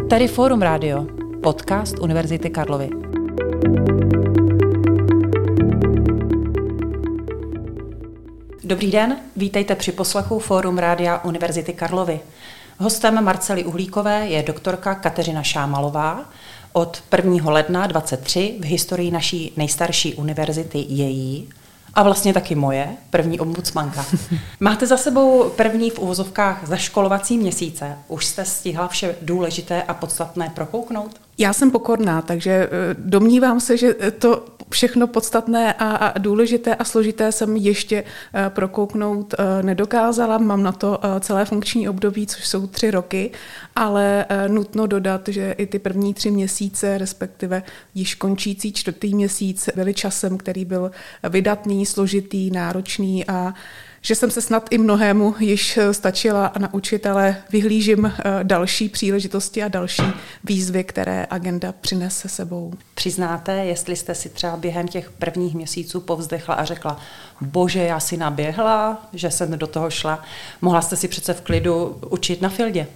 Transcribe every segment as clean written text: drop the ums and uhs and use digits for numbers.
Tady Fórum Radio, podcast Univerzity Karlovy. Dobrý den, vítejte při poslechu Fórum Rádia Univerzity Karlovy. Hostem Marcely Uhlíkové je doktorka Kateřina Šámalová. Od 1. ledna 2023 v historii naší nejstarší univerzity její a vlastně taky moje, první ombudsmanka. Máte za sebou první v uvozovkách zaškolovací měsíce. Už jste stihla vše důležité a podstatné prokouknout? Já jsem pokorná, takže domnívám se, že to všechno podstatné a důležité a složité jsem ještě prokouknout nedokázala. Mám na to celé funkční období, což jsou 3 roky, ale nutno dodat, že i ty první 3 měsíce, respektive již končící 4. měsíc, byly časem, který byl vydatný, složitý, náročný a že jsem se snad i mnohému již stačila naučit, ale vyhlížím další příležitosti a další výzvy, které agenda přinese sebou. Přiznáte, jestli jste si třeba během těch prvních měsíců povzdechla a řekla, bože, já si naběhla, že jsem do toho šla. Mohla jste si přece v klidu učit na fildě?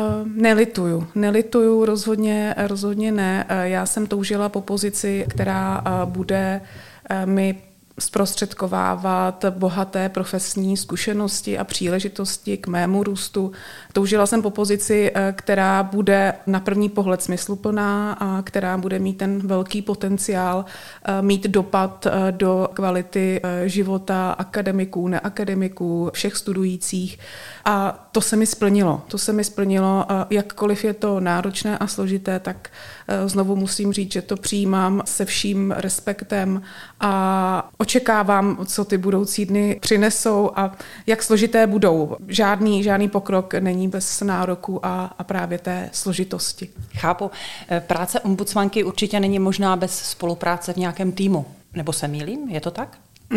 Nelituju, rozhodně ne. Já jsem toužila po pozici, která bude mi zprostředkovávat bohaté profesní zkušenosti a příležitosti k mému růstu. Toužila jsem po pozici, která bude na první pohled smysluplná a která bude mít ten velký potenciál mít dopad do kvality života akademiků, neakademiků, všech studujících. A to se mi splnilo. Jakkoliv je to náročné a složité, tak znovu musím říct, že to přijímám se vším respektem a očekávám, co ty budoucí dny přinesou a jak složité budou. Žádný pokrok není bez nároku a právě té složitosti. Chápu. Práce ombudsmanky určitě není možná bez spolupráce v nějakém týmu. Nebo se mýlím? Je to tak?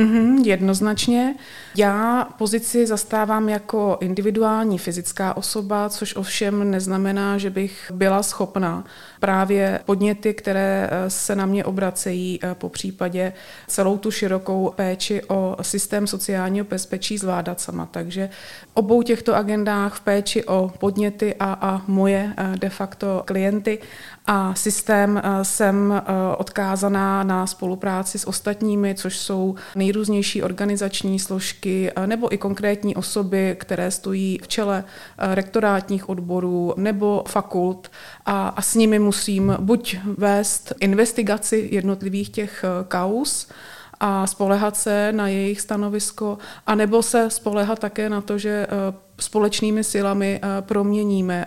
Jednoznačně. Já pozici zastávám jako individuální fyzická osoba, což ovšem neznamená, že bych byla schopna právě podněty, které se na mě obracejí, po případě celou tu širokou péči o systém sociálního bezpečí zvládat sama. Takže obou těchto agendách v péči o podněty a moje de facto klienty a systém jsem odkázaná na spolupráci s ostatními, což jsou nejrůznější organizační složky nebo i konkrétní osoby, které stojí v čele rektorátních odborů nebo fakult a s nimi musím buď vést investigaci jednotlivých těch kauz a spoléhat se na jejich stanovisko, anebo se spoléhat také na to, že společnými silami proměníme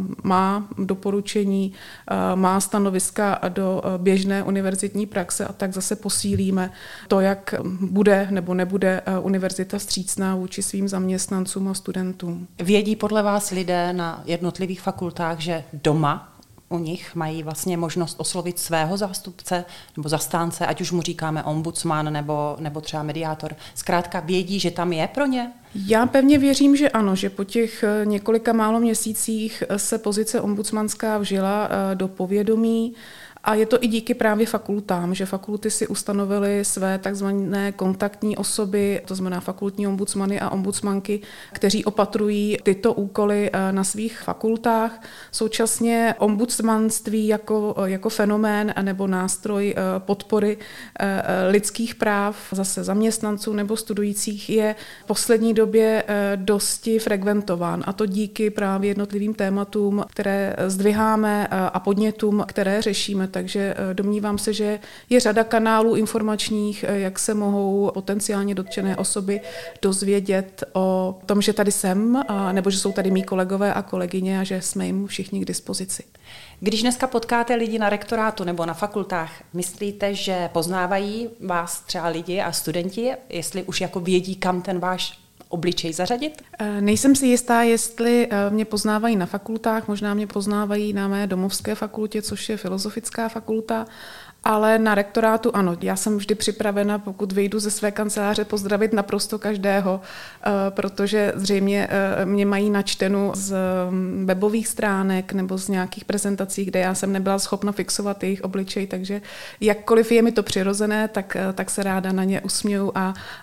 má doporučení, má stanoviska do běžné univerzitní praxe a tak zase posílíme to, jak bude nebo nebude univerzita vstřícná vůči svým zaměstnancům a studentům. Vědí podle vás lidé na jednotlivých fakultách, že doma u nich mají vlastně možnost oslovit svého zástupce nebo zastánce, ať už mu říkáme ombudsman nebo třeba mediátor. Zkrátka vědí, že tam je pro ně? Já pevně věřím, že ano, že po těch několika málo měsících se pozice ombudsmanská vžila do povědomí. A je to i díky právě fakultám, že fakulty si ustanovily své takzvané kontaktní osoby, to znamená fakultní ombudsmany a ombudsmanky, kteří opatrují tyto úkoly na svých fakultách. Současně ombudsmanství jako fenomén nebo nástroj podpory lidských práv zase zaměstnanců nebo studujících je v poslední době dosti frekventován. A to díky právě jednotlivým tématům, které zdviháme a podnětům, které řešíme. Takže domnívám se, že je řada kanálů informačních, jak se mohou potenciálně dotčené osoby dozvědět o tom, že tady jsem, nebo že jsou tady mý kolegové a kolegyně a že jsme jim všichni k dispozici. Když dneska potkáte lidi na rektorátu nebo na fakultách, myslíte, že poznávají vás třeba lidi a studenti, jestli už jako vědí, kam ten váš obličej zařadit? Nejsem si jistá, jestli mě poznávají na fakultách, možná mě poznávají na mé domovské fakultě, což je filozofická fakulta, ale na rektorátu ano. Já jsem vždy připravena, pokud vyjdu ze své kanceláře, pozdravit naprosto každého, protože zřejmě mě mají načtenu z webových stránek nebo z nějakých prezentací, kde já jsem nebyla schopna fixovat jejich obličej, takže jakkoliv je mi to přirozené, tak se ráda na ně usměju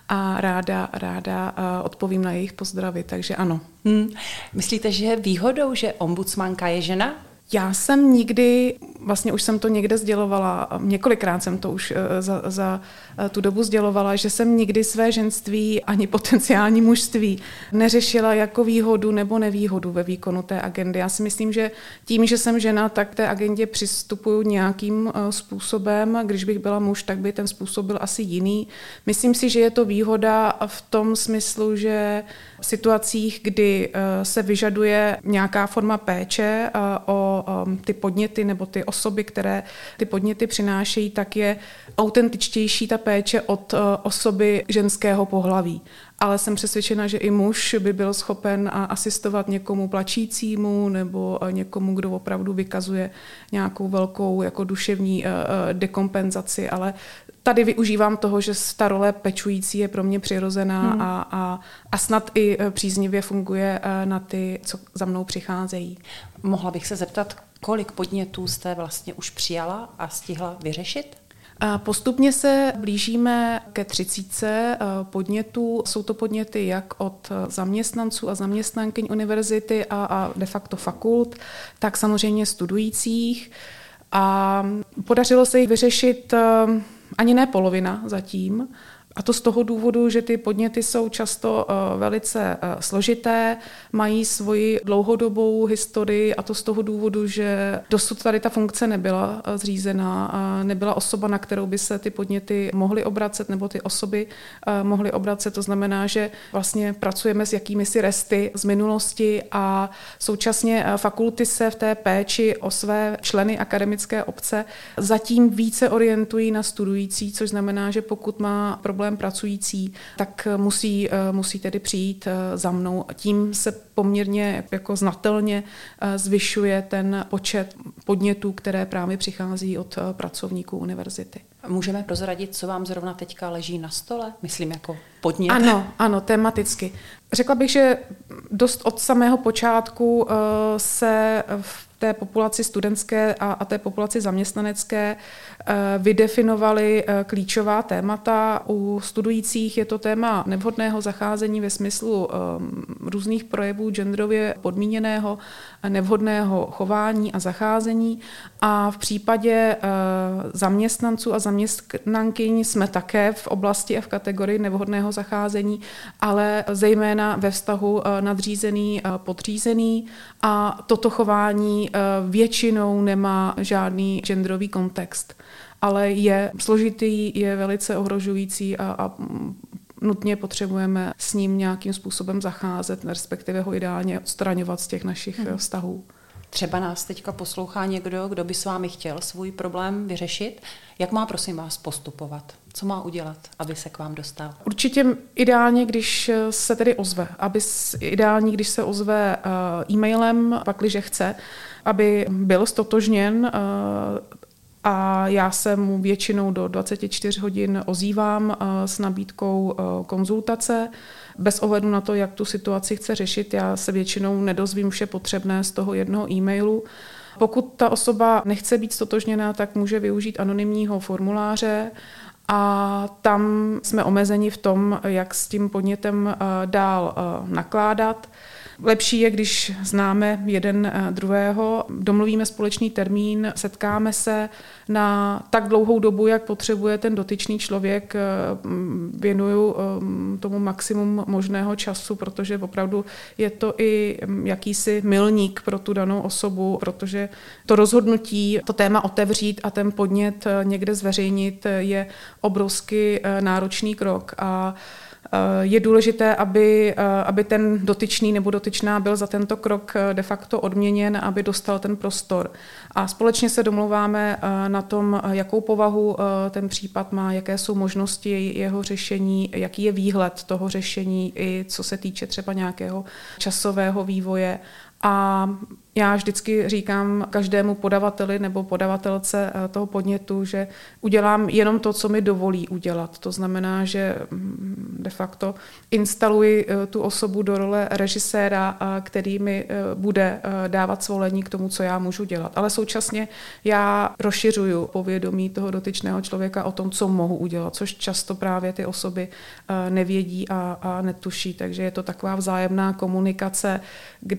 a ráda odpovím na jejich pozdravy, takže ano. Myslíte, že je výhodou, že ombudsmanka je žena? Já jsem nikdy, vlastně už jsem to někde sdělovala, několikrát jsem to už za tu dobu sdělovala, že jsem nikdy své ženství ani potenciální mužství neřešila jako výhodu nebo nevýhodu ve výkonu té agendy. Já si myslím, že tím, že jsem žena, tak k té agendě přistupuju nějakým způsobem. Když bych byla muž, tak by ten způsob byl asi jiný. Myslím si, že je to výhoda v tom smyslu, že v situacích, kdy se vyžaduje nějaká forma péče o ty podněty nebo ty osoby, které ty podněty přinášejí, tak je autentičtější ta péče od osoby ženského pohlaví. Ale jsem přesvědčena, že i muž by byl schopen asistovat někomu plačícímu nebo někomu, kdo opravdu vykazuje nějakou velkou jako duševní dekompenzaci, ale tady využívám toho, že ta role pečující je pro mě přirozená a snad i příznivě funguje na ty, co za mnou přicházejí. Mohla bych se zeptat, kolik podnětů jste vlastně už přijala a stihla vyřešit? Postupně se blížíme ke 30 podnětů. Jsou to podněty jak od zaměstnanců a zaměstnankyň univerzity a de facto fakult, tak samozřejmě studujících. A podařilo se jich vyřešit ani ne polovina zatím. A to z toho důvodu, že ty podněty jsou často velice složité, mají svoji dlouhodobou historii a to z toho důvodu, že dosud tady ta funkce nebyla zřízená, nebyla osoba, na kterou by se ty podněty mohly obracet nebo ty osoby mohly obracet. To znamená, že vlastně pracujeme s jakýmisi resty z minulosti a současně fakulty se v té péči o své členy akademické obce zatím více orientují na studující, což znamená, že pokud má problém pracující, tak musí tedy přijít za mnou. Tím se poměrně jako znatelně zvyšuje ten počet podnětů, které právě přichází od pracovníků univerzity. Můžeme prozradit, co vám zrovna teďka leží na stole? Myslím jako podnět. Ano, tematicky. Řekla bych, že dost od samého počátku se v té populaci studentské a té populaci zaměstnanecké vydefinovaly klíčová témata. U studujících je to téma nevhodného zacházení ve smyslu různých projevů genderově podmíněného nevhodného chování a zacházení. A v případě zaměstnanců a zaměstnankyň jsme také v oblasti a v kategorii nevhodného zacházení, ale zejména ve vztahu nadřízený podřízený a toto chování většinou nemá žádný genderový kontext, ale je složitý, je velice ohrožující a nutně potřebujeme s ním nějakým způsobem zacházet, respektive ho ideálně odstraňovat z těch našich vztahů. Třeba nás teďka poslouchá někdo, kdo by s vámi chtěl svůj problém vyřešit. Jak má, prosím vás, postupovat? Co má udělat, aby se k vám dostal? Určitě ideálně, když se tedy ozve. Ideální, když se ozve e-mailem, pakliže chce, aby byl ztotožněn a já se mu většinou do 24 hodin ozývám s nabídkou konzultace. Bez ohledu na to, jak tu situaci chce řešit, já se většinou nedozvím vše potřebné z toho jednoho e-mailu. Pokud ta osoba nechce být ztotožněná, tak může využít anonymního formuláře a tam jsme omezeni v tom, jak s tím podnětem dál nakládat. Lepší je, když známe jeden druhého, domluvíme společný termín, setkáme se na tak dlouhou dobu, jak potřebuje ten dotyčný člověk, věnuju tomu maximum možného času, protože opravdu je to i jakýsi milník pro tu danou osobu, protože to rozhodnutí, to téma otevřít a ten podnět někde zveřejnit je obrovsky náročný krok a je důležité, aby ten dotyčný nebo dotyčná byl za tento krok de facto odměněn, aby dostal ten prostor. A společně se domlouváme na tom, jakou povahu ten případ má, jaké jsou možnosti jeho řešení, jaký je výhled toho řešení, i co se týče třeba nějakého časového vývoje. A já vždycky říkám každému podavateli nebo podavatelce toho podnětu, že udělám jenom to, co mi dovolí udělat. To znamená, že de facto instaluji tu osobu do role režiséra, který mi bude dávat svolení k tomu, co já můžu dělat. Ale současně já rozšiřuju povědomí toho dotyčného člověka o tom, co mohu udělat, což často právě ty osoby nevědí a netuší. Takže je to taková vzájemná komunikace a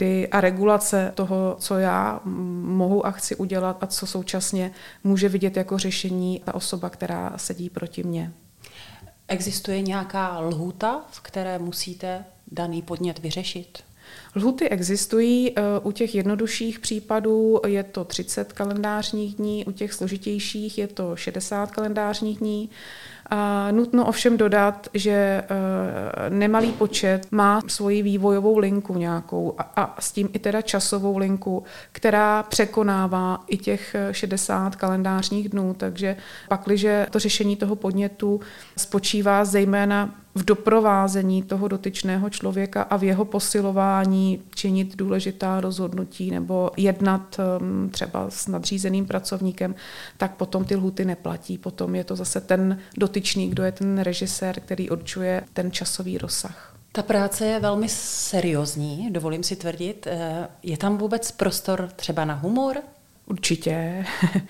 regulace toho, co já mohu a chci udělat a co současně může vidět jako řešení ta osoba, která sedí proti mně. Existuje nějaká lhůta, v které musíte daný podnět vyřešit? Lhůty existují, u těch jednodušších případů je to 30 kalendářních dní, u těch složitějších je to 60 kalendářních dní. A nutno ovšem dodat, že nemalý počet má svoji vývojovou linku nějakou a s tím i teda časovou linku, která překonává i těch 60 kalendářních dnů. Takže pakliže to řešení toho podnětu spočívá zejména v doprovázení toho dotyčného člověka a v jeho posilování činit důležitá rozhodnutí nebo jednat třeba s nadřízeným pracovníkem, tak potom ty lhůty neplatí. Potom je to zase ten dotyčný, kdo je ten režisér, který určuje ten časový rozsah. Ta práce je velmi seriózní, dovolím si tvrdit. Je tam vůbec prostor třeba na humor? Určitě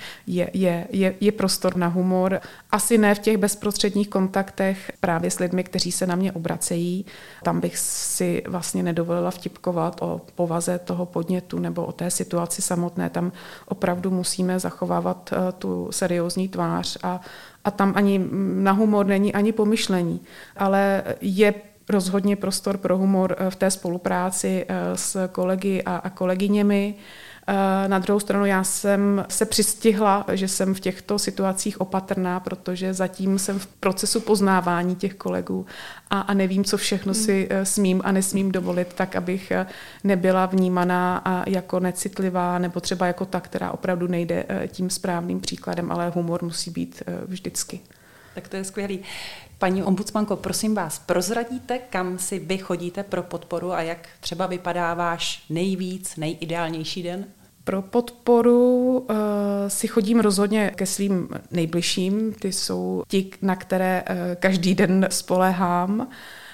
je prostor na humor. Asi ne v těch bezprostředních kontaktech právě s lidmi, kteří se na mě obracejí. Tam bych si vlastně nedovolila vtipkovat o povaze toho podnětu nebo o té situaci samotné. Tam opravdu musíme zachovávat tu seriózní tvář a tam ani na humor není ani pomyšlení. Ale je rozhodně prostor pro humor v té spolupráci s kolegy a kolegyněmi. Na druhou stranu já jsem se přistihla, že jsem v těchto situacích opatrná, protože zatím jsem v procesu poznávání těch kolegů a nevím, co všechno si smím a nesmím dovolit, tak abych nebyla vnímaná jako necitlivá nebo třeba jako ta, která opravdu nejde tím správným příkladem, ale humor musí být vždycky. Tak to je skvělý. Paní ombudsmanko, prosím vás, prozradíte, kam si vy chodíte pro podporu a jak třeba vypadá váš nejideálnější den? Pro podporu si chodím rozhodně ke svým nejbližším. Ty jsou ti, na které každý den spoléhám,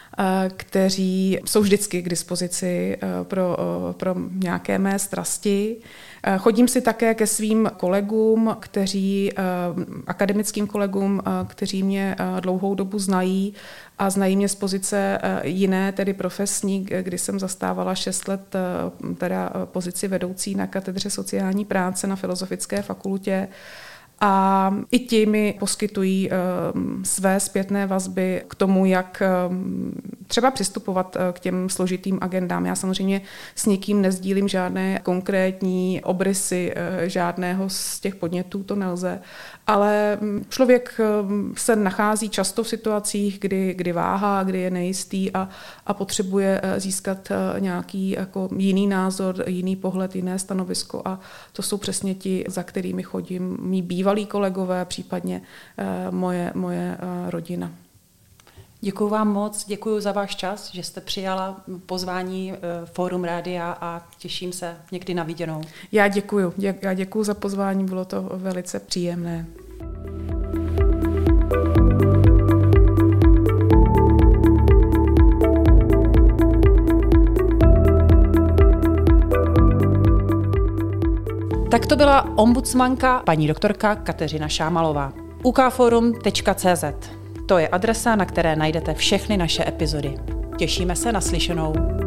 kteří jsou vždycky k dispozici pro nějaké mé strasti. Chodím si také ke svým kolegům, akademickým kolegům, kteří mě dlouhou dobu znají a znají mě z pozice jiné, tedy profesní, kdy jsem zastávala 6 let teda pozici vedoucí na katedře sociální práce na Filozofické fakultě. A i ti mi poskytují své zpětné vazby k tomu, jak třeba přistupovat k těm složitým agendám. Já samozřejmě s nikým nezdílím žádné konkrétní obrysy žádného z těch podnětů, to nelze. Ale člověk se nachází často v situacích, kdy váhá, kdy je nejistý a potřebuje získat nějaký jako jiný názor, jiný pohled, jiné stanovisko. A to jsou přesně ti, za kterými chodím, mý bývalí kolegové, případně moje rodina. Děkuji vám moc, děkuji za váš čas, že jste přijala pozvání Fórum Rádia a těším se někdy na viděnou. Já děkuji za pozvání, bylo to velice příjemné. Tak to byla ombudsmanka paní doktorka Kateřina Šámalová. ukforum.cz. To je adresa, na které najdete všechny naše epizody. Těšíme se na slyšenou.